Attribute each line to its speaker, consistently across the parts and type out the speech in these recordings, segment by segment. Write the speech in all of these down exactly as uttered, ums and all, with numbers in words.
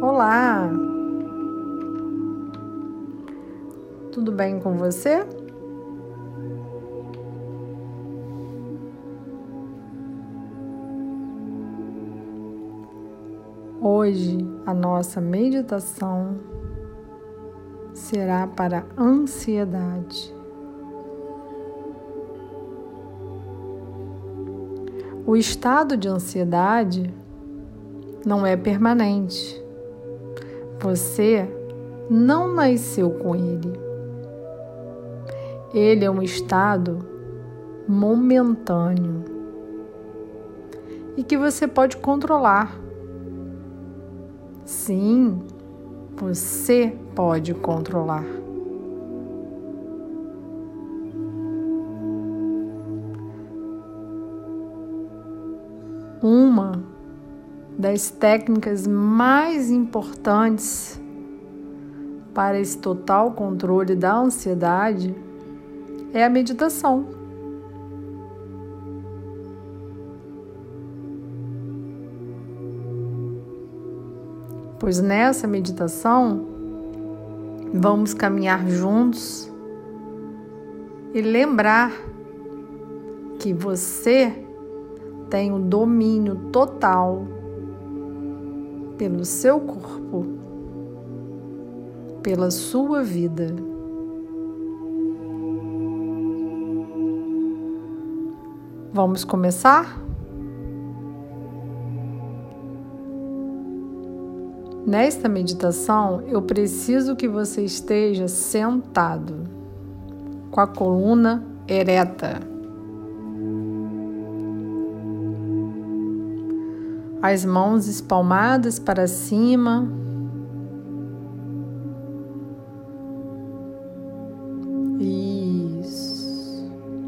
Speaker 1: Olá! Tudo bem com você? Hoje a nossa meditação será para ansiedade. O estado de ansiedade não é permanente. Você não nasceu com ele. Ele é um estado momentâneo e que você pode controlar. Sim, você pode controlar. Uma das técnicas mais importantes para esse total controle da ansiedade é a meditação. Pois nessa meditação vamos caminhar juntos e lembrar que você tem o domínio total pelo seu corpo, pela sua vida. Vamos começar? Nesta meditação, eu preciso que você esteja sentado, com a coluna ereta. As mãos espalmadas para cima. Isso.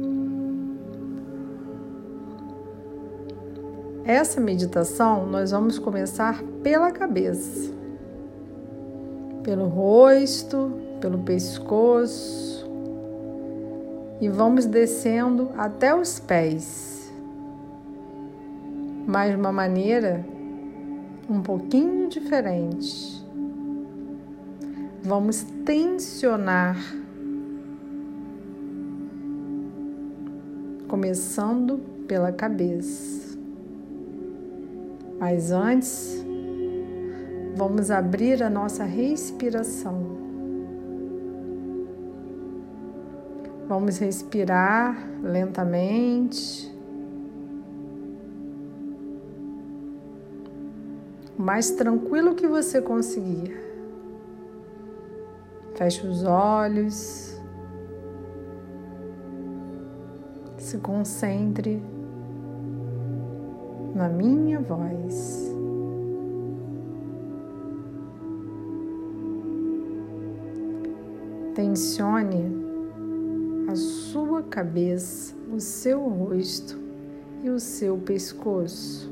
Speaker 1: Essa meditação nós vamos começar pela cabeça, pelo rosto, pelo pescoço e vamos descendo até os pés. Mas de uma maneira um pouquinho diferente. Vamos tensionar, começando pela cabeça. Mas antes, vamos abrir a nossa respiração. Vamos respirar lentamente. O mais tranquilo que você conseguir. Feche os olhos. Se concentre na minha voz. Tensione a sua cabeça, o seu rosto e o seu pescoço.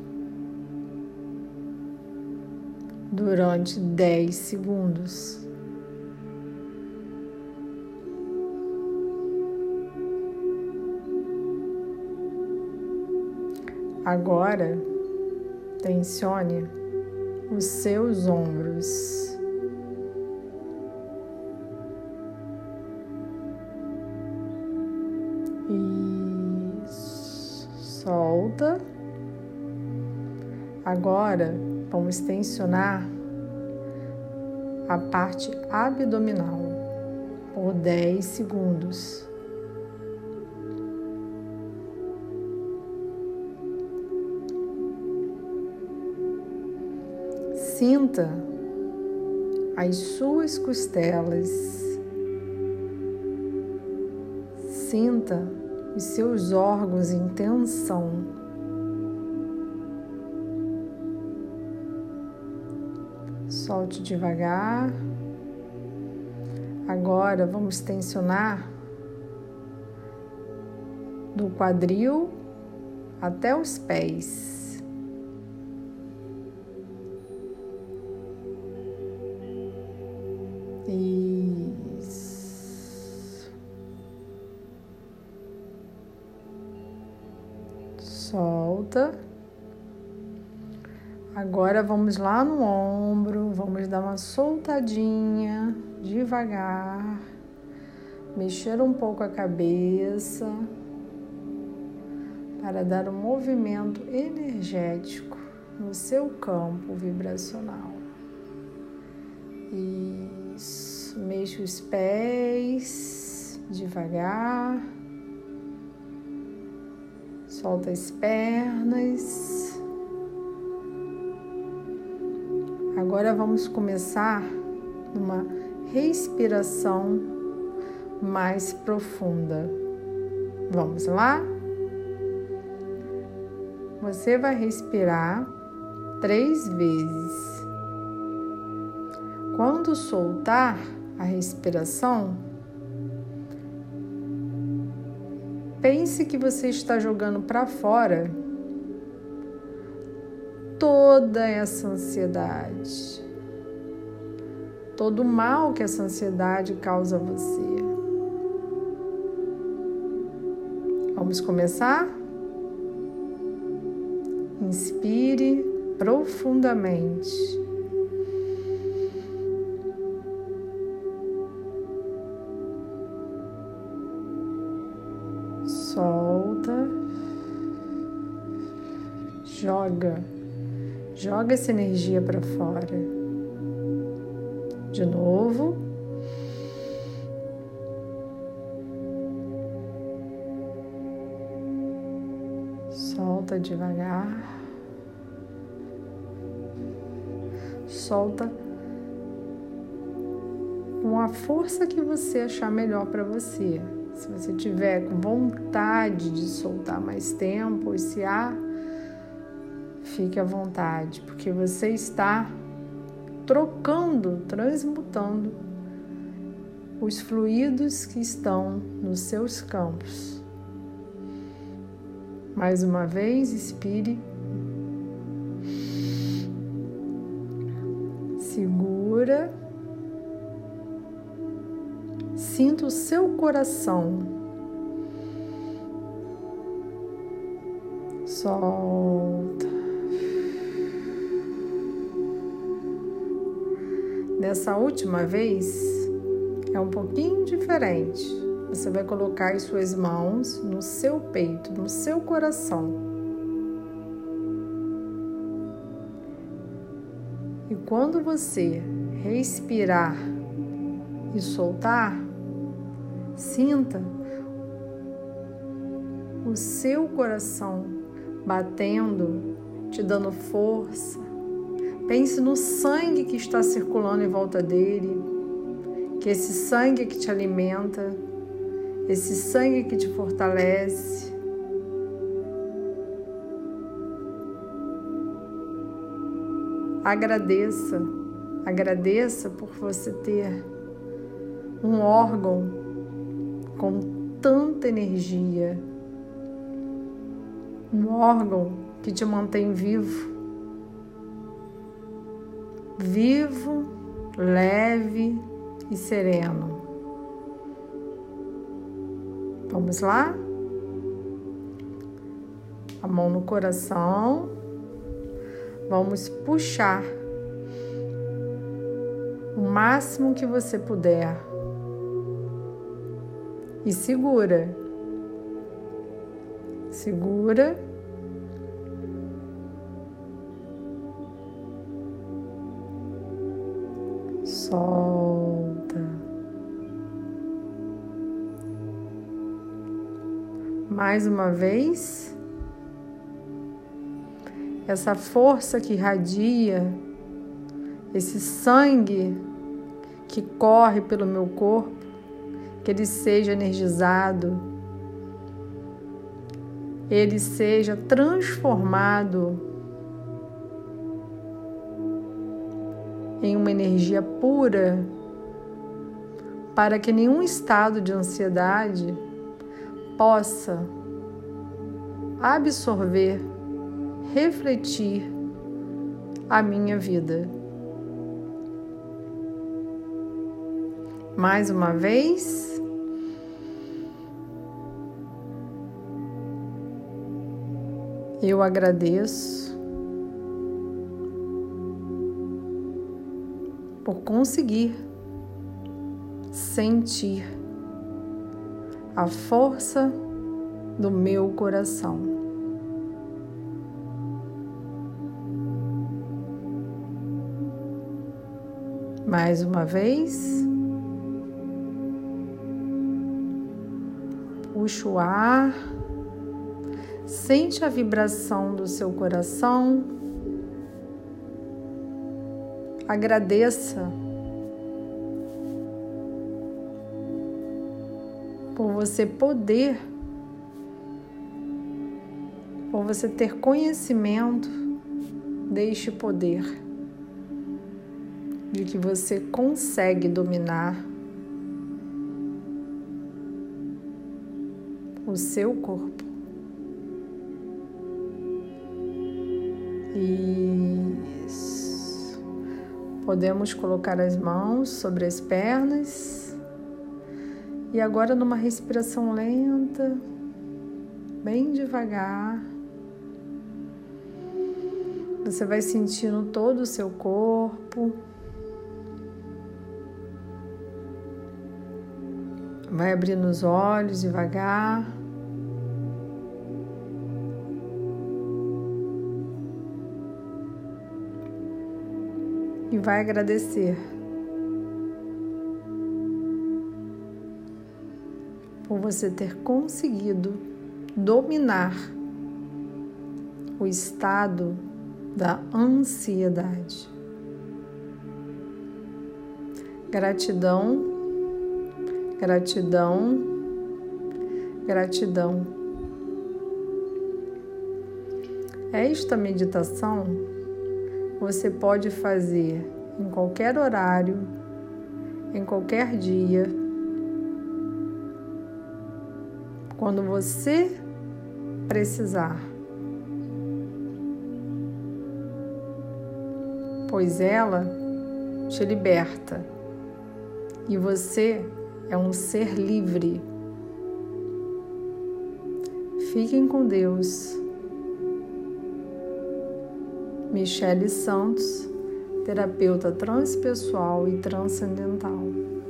Speaker 1: Durante dez segundos. Agora, tensione os seus ombros. Isso. Solta. Agora, vamos tensionar a parte abdominal por dez segundos. Sinta as suas costelas. Sinta os seus órgãos em tensão. Solte devagar. Agora vamos tensionar do quadril até os pés. Isso. Solta. Agora vamos lá no ombro, vamos dar uma soltadinha, devagar, mexer um pouco a cabeça para dar um movimento energético no seu campo vibracional. Isso, mexa os pés devagar, solta as pernas. Agora vamos começar uma respiração mais profunda. Vamos lá? Você vai respirar três vezes. Quando soltar a respiração, pense que você está jogando para fora toda essa ansiedade, todo o mal que essa ansiedade causa a você. Vamos começar? Inspire profundamente. Solta. Joga. Joga essa energia para fora. De novo. Solta devagar. Solta com a força que você achar melhor para você. Se você tiver com vontade de soltar mais tempo esse ar, fique à vontade, porque você está trocando, transmutando os fluidos que estão nos seus campos. Mais uma vez, expire. Segura. Sinta o seu coração. Solta. Dessa última vez, é um pouquinho diferente. Você vai colocar as suas mãos no seu peito, no seu coração. E quando você respirar e soltar, sinta o seu coração batendo, te dando força. Pense no sangue que está circulando em volta dele, que esse sangue que te alimenta, esse sangue que te fortalece. Agradeça, agradeça por você ter um órgão com tanta energia, um órgão que te mantém vivo, vivo, leve e sereno. Vamos lá? A mão no coração. Vamos puxar o máximo que você puder. E segura. Segura. Solta. Mais uma vez. Essa força que irradia, esse sangue que corre pelo meu corpo, que ele seja energizado, ele seja transformado em uma energia pura, para que nenhum estado de ansiedade possa absorver, refletir a minha vida. Mais uma vez. Eu agradeço por conseguir sentir a força do meu coração. Mais uma vez, puxa o ar, sente a vibração do seu coração, agradeça por você poder, por você ter conhecimento deste poder, de que você consegue dominar o seu corpo. Isso. Podemos colocar as mãos sobre as pernas e agora numa respiração lenta, bem devagar, você vai sentindo todo o seu corpo. Vai abrindo os olhos devagar. E vai agradecer por você ter conseguido dominar o estado da ansiedade. Gratidão, gratidão, gratidão. Esta meditação você pode fazer em qualquer horário, em qualquer dia, quando você precisar, pois ela te liberta e você é um ser livre. Fiquem com Deus. Michele Santos, terapeuta transpessoal e transcendental.